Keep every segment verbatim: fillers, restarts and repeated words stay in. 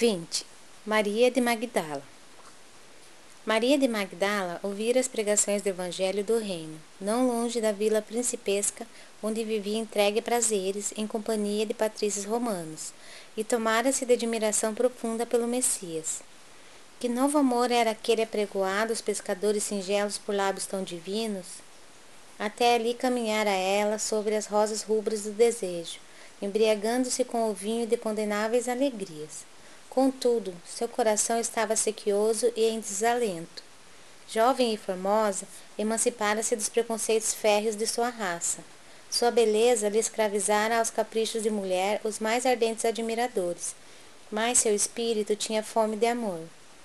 vinte. Maria de Magdala. Maria de Magdala ouvira as pregações do Evangelho do Reino, não longe da vila principesca, onde vivia entregue a prazeres, em companhia de patrícios romanos, e tomara-se de admiração profunda pelo Messias. Que novo amor era aquele apregoado aos pescadores singelos por lábios tão divinos? Até ali caminhara ela sobre as rosas rubras do desejo, embriagando-se com o vinho de condenáveis alegrias. Contudo, seu coração estava sequioso e em desalento. Jovem e formosa, emancipara-se dos preconceitos férreos de sua raça. Sua beleza lhe escravizara aos caprichos de mulher os mais ardentes admiradores, mas seu espírito tinha fome de amor.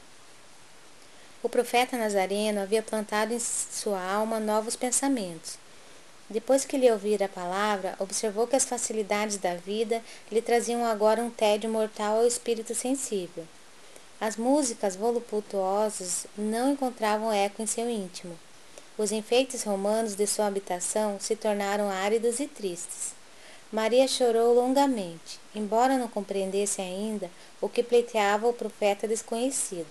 O profeta Nazareno havia plantado em sua alma novos pensamentos. Depois que lhe ouvira a palavra, observou que as facilidades da vida lhe traziam agora um tédio mortal ao espírito sensível. As músicas voluptuosas não encontravam eco em seu íntimo. Os enfeites romanos de sua habitação se tornaram áridos e tristes. Maria chorou longamente, embora não compreendesse ainda o que pleiteava o profeta desconhecido.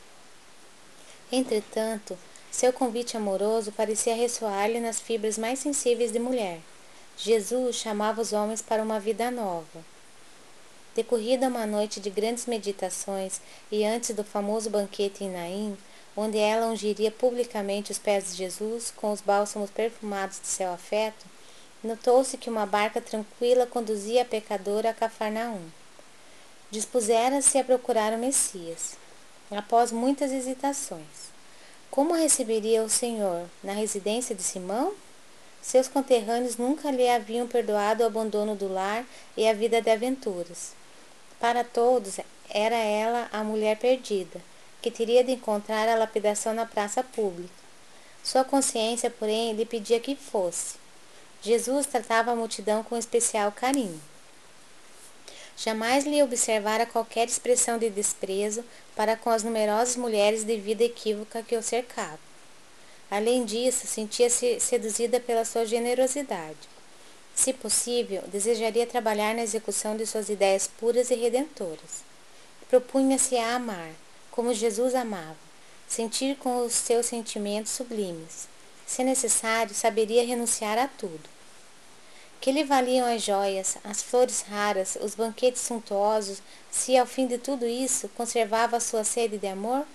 Entretanto, seu convite amoroso parecia ressoar-lhe nas fibras mais sensíveis de mulher. Jesus chamava os homens para uma vida nova. Decorrida uma noite de grandes meditações e antes do famoso banquete em Naim, onde ela ungiria publicamente os pés de Jesus com os bálsamos perfumados de seu afeto, notou-se que uma barca tranquila conduzia a pecadora a Cafarnaum. Dispusera-se a procurar o Messias. Após muitas hesitações, como receberia o Senhor? Na residência de Simão? Seus conterrâneos nunca lhe haviam perdoado o abandono do lar e a vida de aventuras. Para todos, era ela a mulher perdida, que teria de encontrar a lapidação na praça pública. Sua consciência, porém, lhe pedia que fosse. Jesus tratava a multidão com especial carinho. Jamais lhe observara qualquer expressão de desprezo para com as numerosas mulheres de vida equívoca que o cercavam. Além disso, sentia-se seduzida pela sua generosidade. Se possível, desejaria trabalhar na execução de suas ideias puras e redentoras. Propunha-se a amar, como Jesus amava, sentir com os seus sentimentos sublimes. Se necessário, saberia renunciar a tudo. Que lhe valiam as joias, as flores raras, os banquetes suntuosos, se, ao fim de tudo isso, conservava a sua sede de amor?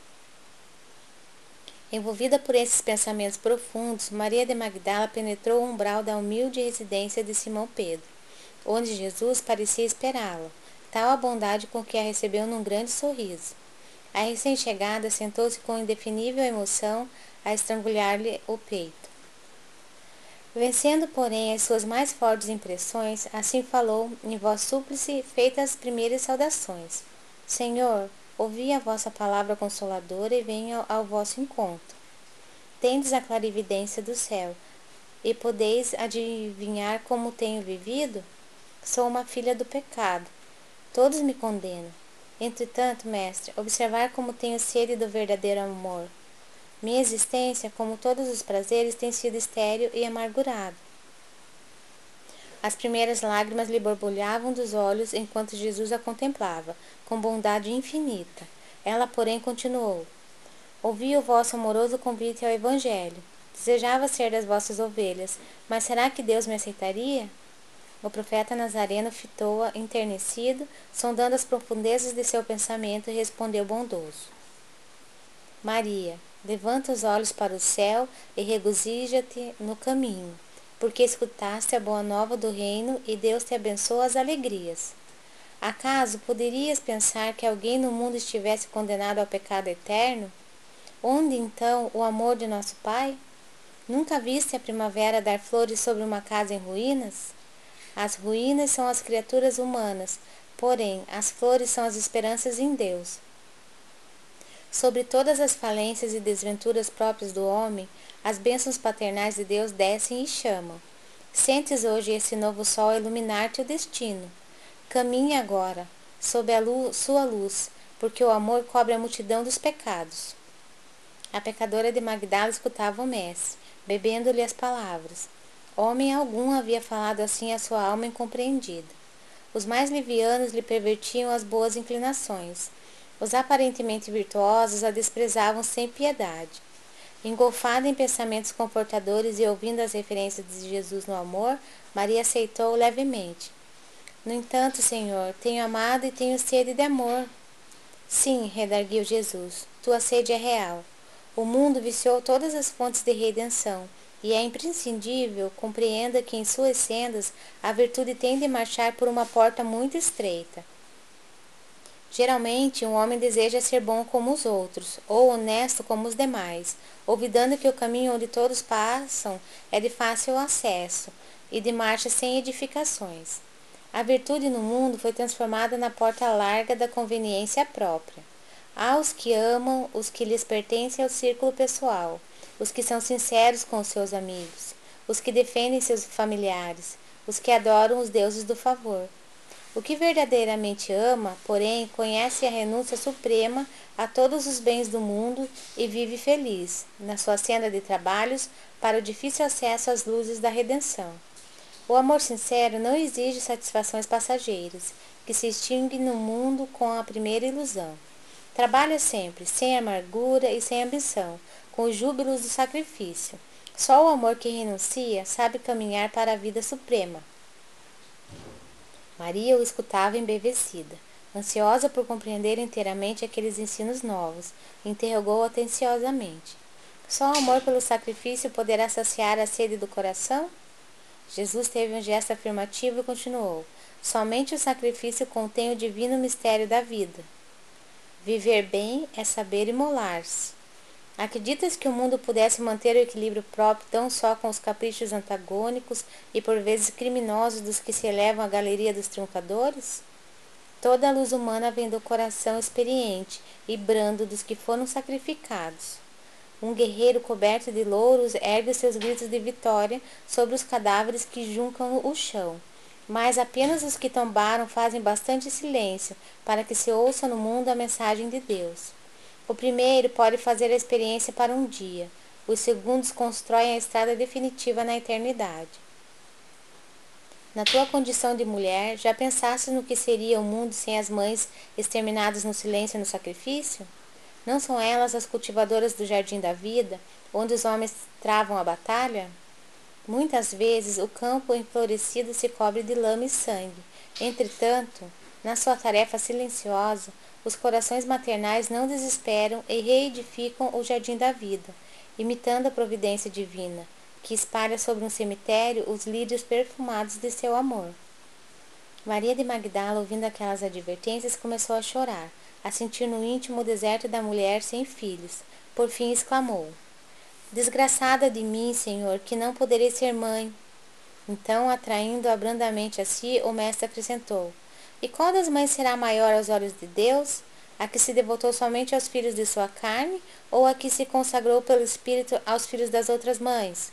Envolvida por esses pensamentos profundos, Maria de Magdala penetrou o umbral da humilde residência de Simão Pedro, onde Jesus parecia esperá-la, tal a bondade com que a recebeu num grande sorriso. A recém-chegada sentou-se com indefinível emoção a estrangulhar-lhe o peito. Vencendo, porém, as suas mais fortes impressões, assim falou, em voz súplice, feitas as primeiras saudações. Senhor, ouvi a vossa palavra consoladora e venho ao, ao vosso encontro. Tendes a clarividência do céu, e podeis adivinhar como tenho vivido? Sou uma filha do pecado. Todos me condenam. Entretanto, mestre, observar como tenho sede do verdadeiro amor. Minha existência, como todos os prazeres, tem sido estéril e amargurada. As primeiras lágrimas lhe borbulhavam dos olhos enquanto Jesus a contemplava, com bondade infinita. Ela, porém, continuou. Ouvi o vosso amoroso convite ao Evangelho. Desejava ser das vossas ovelhas, mas será que Deus me aceitaria? O profeta Nazareno fitou-a enternecido, sondando as profundezas de seu pensamento, e respondeu bondoso. Maria, levanta os olhos para o céu e regozija-te no caminho, porque escutaste a boa nova do reino e Deus te abençoa as alegrias. Acaso poderias pensar que alguém no mundo estivesse condenado ao pecado eterno? Onde então o amor de nosso Pai? Nunca viste a primavera dar flores sobre uma casa em ruínas? As ruínas são as criaturas humanas, porém as flores são as esperanças em Deus. Sobre todas as falências e desventuras próprias do homem, as bênçãos paternais de Deus descem e chamam. Sentes hoje esse novo sol iluminar-te o destino. Caminhe agora, sob a luz, sua luz, porque o amor cobre a multidão dos pecados. A pecadora de Magdala escutava o mestre, bebendo-lhe as palavras. Homem algum havia falado assim à sua alma incompreendida. Os mais livianos lhe pervertiam as boas inclinações, Os aparentemente virtuosos a desprezavam sem piedade. Engolfada em pensamentos confortadores e ouvindo as referências de Jesus no amor, Maria aceitou levemente. No entanto, Senhor, tenho amado e tenho sede de amor. Sim, redarguiu Jesus, tua sede é real. O mundo viciou todas as fontes de redenção, e é imprescindível compreenda que em suas sendas a virtude tem de marchar por uma porta muito estreita. Geralmente, um homem deseja ser bom como os outros, ou honesto como os demais, olvidando que o caminho onde todos passam é de fácil acesso e de marcha sem edificações. A virtude no mundo foi transformada na porta larga da conveniência própria. Há os que amam os que lhes pertencem ao círculo pessoal, os que são sinceros com os seus amigos, os que defendem seus familiares, os que adoram os deuses do favor. O que verdadeiramente ama, porém, conhece a renúncia suprema a todos os bens do mundo e vive feliz, na sua senda de trabalhos, para o difícil acesso às luzes da redenção. O amor sincero não exige satisfações passageiras, que se extinguem no mundo com a primeira ilusão. Trabalha sempre, sem amargura e sem ambição, com os júbilos do sacrifício. Só o amor que renuncia sabe caminhar para a vida suprema. Maria o escutava embevecida, ansiosa por compreender inteiramente aqueles ensinos novos, interrogou-o atenciosamente. Só o amor pelo sacrifício poderá saciar a sede do coração? Jesus teve um gesto afirmativo e continuou. Somente o sacrifício contém o divino mistério da vida. Viver bem é saber imolar-se. Acreditas que o mundo pudesse manter o equilíbrio próprio tão só com os caprichos antagônicos e por vezes criminosos dos que se elevam à galeria dos triunfadores? Toda a luz humana vem do coração experiente e brando dos que foram sacrificados. Um guerreiro coberto de louros ergue seus gritos de vitória sobre os cadáveres que juncam o chão, mas apenas os que tombaram fazem bastante silêncio para que se ouça no mundo a mensagem de Deus. O primeiro pode fazer a experiência para um dia, os segundos constroem a estrada definitiva na eternidade. Na tua condição de mulher, já pensaste no que seria o mundo sem as mães exterminadas no silêncio e no sacrifício? Não são elas as cultivadoras do jardim da vida, onde os homens travam a batalha? Muitas vezes o campo enflorescido se cobre de lama e sangue. Entretanto, na sua tarefa silenciosa, os corações maternais não desesperam e reedificam o jardim da vida, imitando a providência divina, que espalha sobre um cemitério os lírios perfumados de seu amor. Maria de Magdala, ouvindo aquelas advertências, começou a chorar, a sentir no íntimo o deserto da mulher sem filhos. Por fim exclamou: Desgraçada de mim, Senhor, que não poderei ser mãe. Então, atraindo-a brandamente a si, o mestre acrescentou: E qual das mães será maior aos olhos de Deus? A que se devotou somente aos filhos de sua carne, ou a que se consagrou pelo Espírito aos filhos das outras mães?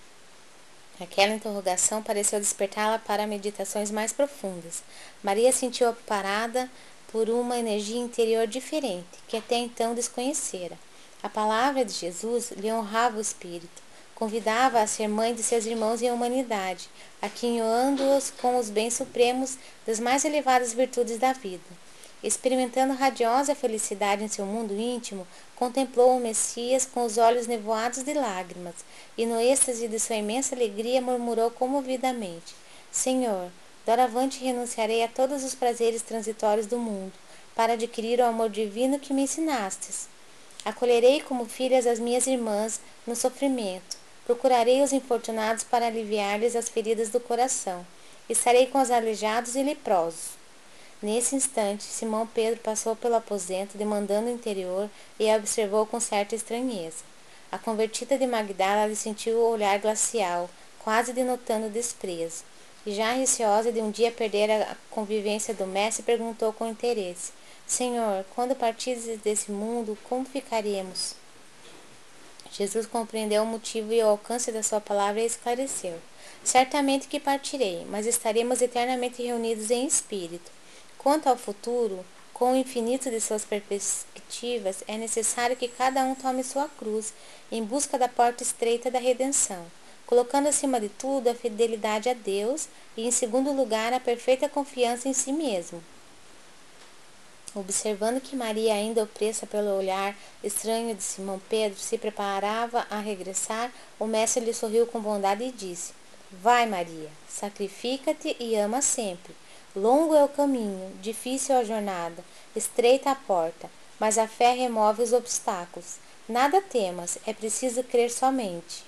Aquela interrogação pareceu despertá-la para meditações mais profundas. Maria sentiu-a parada por uma energia interior diferente, que até então desconhecera. A palavra de Jesus lhe honrava o espírito, convidava-a a ser mãe de seus irmãos em humanidade, aquinhoando-os com os bens supremos das mais elevadas virtudes da vida. Experimentando radiosa felicidade em seu mundo íntimo, contemplou o Messias com os olhos nevoados de lágrimas, e no êxtase de sua imensa alegria murmurou comovidamente: Senhor, doravante renunciarei a todos os prazeres transitórios do mundo, para adquirir o amor divino que me ensinastes. Acolherei como filhas as minhas irmãs no sofrimento, procurarei os infortunados para aliviar-lhes as feridas do coração, estarei com os aleijados e leprosos. Nesse instante, Simão Pedro passou pelo aposento, demandando o interior, e a observou com certa estranheza. A convertida de Magdala lhe sentiu o olhar glacial, quase denotando desprezo, e já receosa de um dia perder a convivência do mestre, perguntou com interesse: Senhor, quando partires desse mundo, como ficaremos? Jesus compreendeu o motivo e o alcance da sua palavra e esclareceu: Certamente que partirei, mas estaremos eternamente reunidos em espírito. Quanto ao futuro, com o infinito de suas perspectivas, é necessário que cada um tome sua cruz, em busca da porta estreita da redenção, colocando acima de tudo a fidelidade a Deus e, em segundo lugar, a perfeita confiança em si mesmo. Observando que Maria, ainda opressa pelo olhar estranho de Simão Pedro, se preparava a regressar, o mestre lhe sorriu com bondade e disse: Vai, Maria, sacrifica-te e ama sempre. Longo é o caminho, difícil a jornada, estreita a porta, mas a fé remove os obstáculos. Nada temas, é preciso crer somente.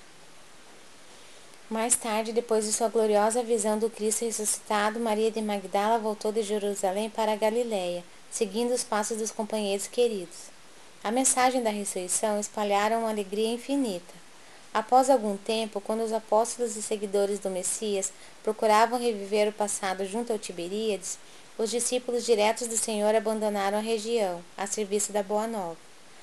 Mais tarde, depois de sua gloriosa visão do Cristo ressuscitado, Maria de Magdala voltou de Jerusalém para a Galiléia, seguindo os passos dos companheiros queridos. A mensagem da ressurreição espalhara uma alegria infinita. Após algum tempo, quando os apóstolos e seguidores do Messias procuravam reviver o passado junto ao Tiberíades, os discípulos diretos do Senhor abandonaram a região, a serviço da Boa Nova.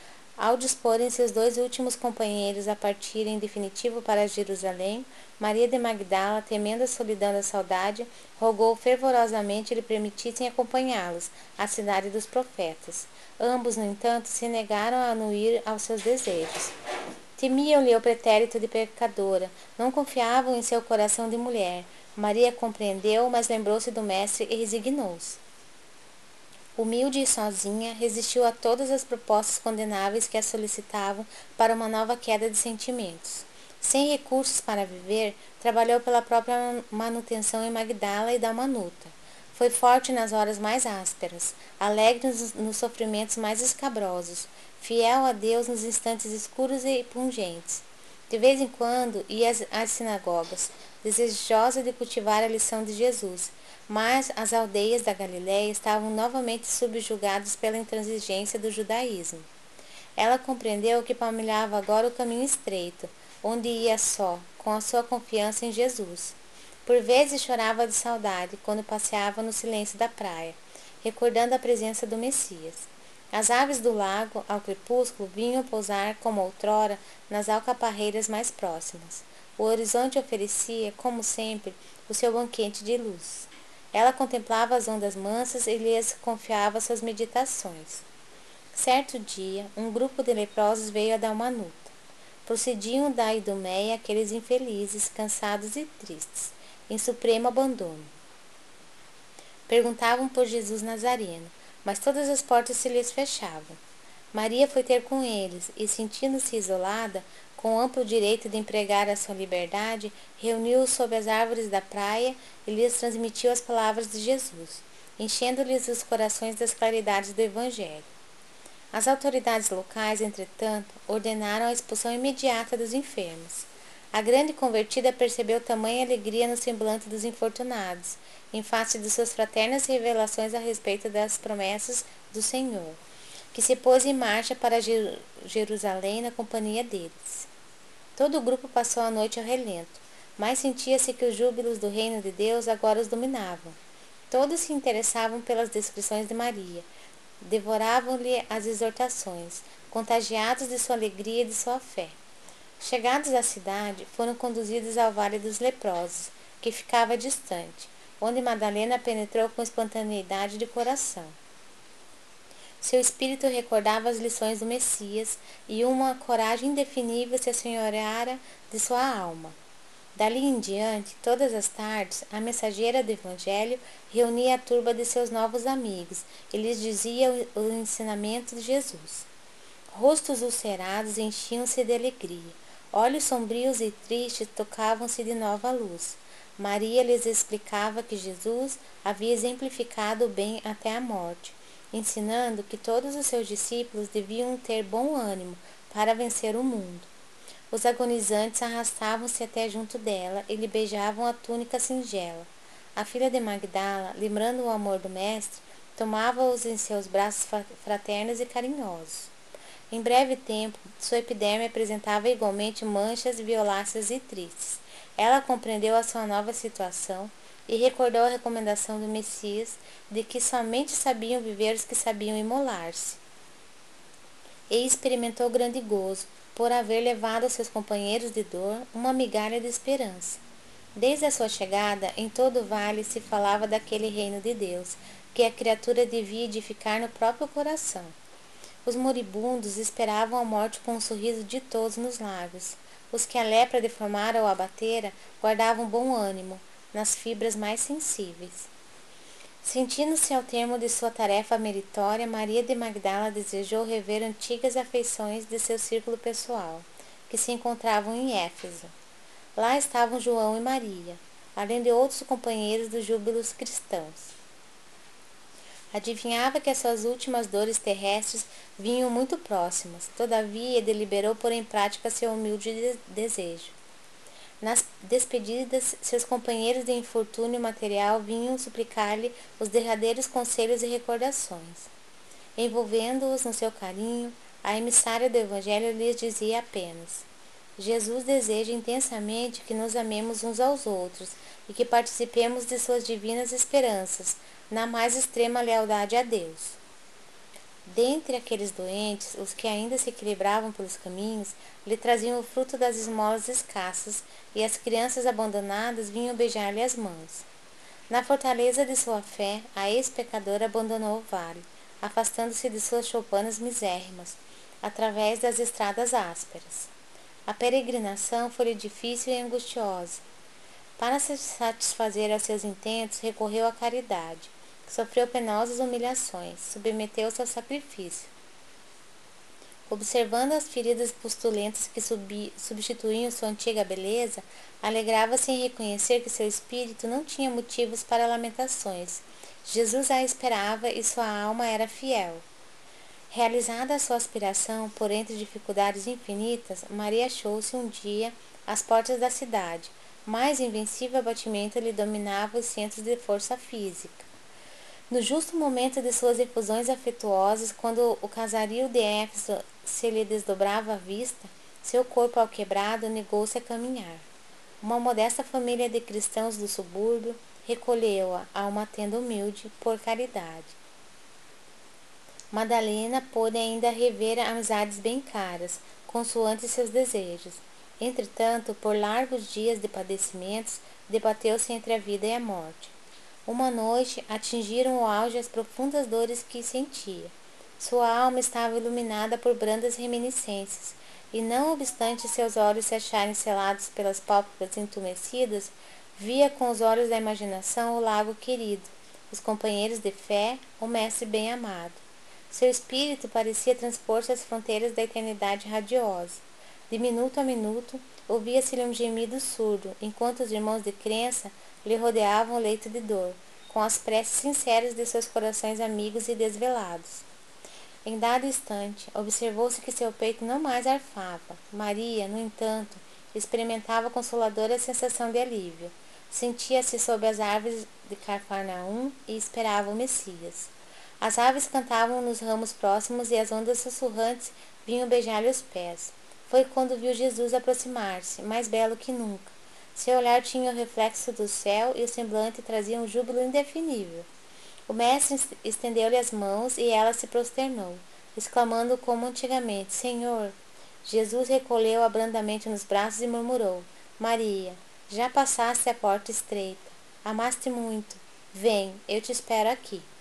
Ao disporem seus dois últimos companheiros a partirem em definitivo para Jerusalém, Maria de Magdala, temendo a solidão da saudade, rogou fervorosamente lhe permitissem acompanhá-los à cidade dos profetas. Ambos, no entanto, se negaram a anuir aos seus desejos. Temiam-lhe o pretérito de pecadora, não confiavam em seu coração de mulher. Maria compreendeu, mas lembrou-se do mestre e resignou-se. Humilde e sozinha, resistiu a todas as propostas condenáveis que a solicitavam para uma nova queda de sentimentos. Sem recursos para viver, trabalhou pela própria manutenção em Magdala e Dalmanuta. Foi forte nas horas mais ásperas, alegre nos, nos sofrimentos mais escabrosos, fiel a Deus nos instantes escuros e pungentes. De vez em quando ia às, às sinagogas, desejosa de cultivar a lição de Jesus, mas as aldeias da Galiléia estavam novamente subjugadas pela intransigência do judaísmo. Ela compreendeu que palmilhava agora o caminho estreito, onde ia só, com a sua confiança em Jesus. Por vezes chorava de saudade quando passeava no silêncio da praia, recordando a presença do Messias. As aves do lago, ao crepúsculo, vinham pousar, como outrora, nas alcaparreiras mais próximas. O horizonte oferecia, como sempre, o seu banquete de luz. Ela contemplava as ondas mansas e lhes confiava suas meditações. Certo dia, um grupo de leprosos veio a Dalmanuta. Procediam da Idumeia aqueles infelizes, cansados e tristes, em supremo abandono. Perguntavam por Jesus Nazareno, mas todas as portas se lhes fechavam. Maria foi ter com eles e, sentindo-se isolada, com amplo direito de empregar a sua liberdade, reuniu-os sob as árvores da praia e lhes transmitiu as palavras de Jesus, enchendo-lhes os corações das claridades do Evangelho. As autoridades locais, entretanto, ordenaram a expulsão imediata dos enfermos. A grande convertida percebeu tamanha alegria no semblante dos infortunados, em face de suas fraternas revelações a respeito das promessas do Senhor, que se pôs em marcha para Jerusalém na companhia deles. Todo o grupo passou a noite ao relento, mas sentia-se que os júbilos do reino de Deus agora os dominavam. Todos se interessavam pelas descrições de Maria, devoravam-lhe as exortações, contagiados de sua alegria e de sua fé. Chegados à cidade, foram conduzidos ao Vale dos Leprosos, que ficava distante, onde Madalena penetrou com espontaneidade de coração. Seu espírito recordava as lições do Messias e uma coragem indefinível se assenhoreara de sua alma. Dali em diante, todas as tardes, a mensageira do Evangelho reunia a turba de seus novos amigos e lhes dizia o, o ensinamento de Jesus. Rostos ulcerados enchiam-se de alegria, olhos sombrios e tristes tocavam-se de nova luz. Maria lhes explicava que Jesus havia exemplificado o bem até a morte, ensinando que todos os seus discípulos deviam ter bom ânimo para vencer o mundo. Os agonizantes arrastavam-se até junto dela e lhe beijavam a túnica singela. A filha de Magdala, lembrando o amor do mestre, tomava-os em seus braços fraternos e carinhosos. Em breve tempo, sua epiderme apresentava igualmente manchas violáceas e tristes. Ela compreendeu a sua nova situação e recordou a recomendação do Messias de que somente sabiam viver os que sabiam imolar-se. E experimentou grande gozo por haver levado aos seus companheiros de dor uma migalha de esperança. Desde a sua chegada, em todo o vale se falava daquele reino de Deus, que a criatura devia edificar no próprio coração. Os moribundos esperavam a morte com um sorriso ditoso nos lábios. Os que a lepra deformara ou abatera guardavam bom ânimo nas fibras mais sensíveis. Sentindo-se ao termo de sua tarefa meritória, Maria de Magdala desejou rever antigas afeições de seu círculo pessoal, que se encontravam em Éfeso. Lá estavam João e Maria, além de outros companheiros dos júbilos cristãos. Adivinhava que as suas últimas dores terrestres vinham muito próximas, todavia deliberou pôr em prática seu humilde de desejo. Nas despedidas, seus companheiros de infortúnio material vinham suplicar-lhe os derradeiros conselhos e recordações. Envolvendo-os no seu carinho, a emissária do Evangelho lhes dizia apenas: Jesus deseja intensamente que nos amemos uns aos outros e que participemos de suas divinas esperanças, na mais extrema lealdade a Deus. Dentre aqueles doentes, os que ainda se equilibravam pelos caminhos, lhe traziam o fruto das esmolas escassas, e as crianças abandonadas vinham beijar-lhe as mãos. Na fortaleza de sua fé, a ex-pecadora abandonou o vale, afastando-se de suas choupanas misérrimas, através das estradas ásperas. A peregrinação foi-lhe difícil e angustiosa. Para se satisfazer aos seus intentos, recorreu à caridade. Sofreu penosas humilhações, submeteu-se ao sacrifício. Observando as feridas pustulentas que subi, substituíam sua antiga beleza, alegrava-se em reconhecer que seu espírito não tinha motivos para lamentações. Jesus a esperava e sua alma era fiel. Realizada a sua aspiração, por entre dificuldades infinitas, Maria achou-se um dia às portas da cidade. Mais invencível abatimento lhe dominava os centros de força física. No justo momento de suas efusões afetuosas, quando o casario de Éfeso se lhe desdobrava à vista, seu corpo alquebrado negou-se a caminhar. Uma modesta família de cristãos do subúrbio recolheu-a a uma tenda humilde, por caridade. Madalena pôde ainda rever amizades bem caras, consoante seus desejos. Entretanto, por largos dias de padecimentos, debateu-se entre a vida e a morte. Uma noite, atingiram o auge as profundas dores que sentia. Sua alma estava iluminada por brandas reminiscências, e não obstante seus olhos se acharem selados pelas pálpebras entumecidas, via com os olhos da imaginação o lago querido, os companheiros de fé, o mestre bem-amado. Seu espírito parecia transpor-se às fronteiras da eternidade radiosa. De minuto a minuto, ouvia-se-lhe um gemido surdo, enquanto os irmãos de crença lhe rodeavam o leito de dor, com as preces sinceras de seus corações amigos e desvelados. Em dado instante, observou-se que seu peito não mais arfava. Maria, no entanto, experimentava consoladora sensação de alívio. Sentia-se sob as árvores de Cafarnaum e esperava o Messias. As aves cantavam nos ramos próximos e as ondas sussurrantes vinham beijar-lhe os pés. Foi quando viu Jesus aproximar-se, mais belo que nunca. Seu olhar tinha o reflexo do céu e o semblante trazia um júbilo indefinível. O mestre estendeu-lhe as mãos e ela se prosternou, exclamando como antigamente: Senhor! Jesus recolheu-a brandamente nos braços e murmurou: Maria, já passaste a porta estreita. Amaste muito. Vem, eu te espero aqui.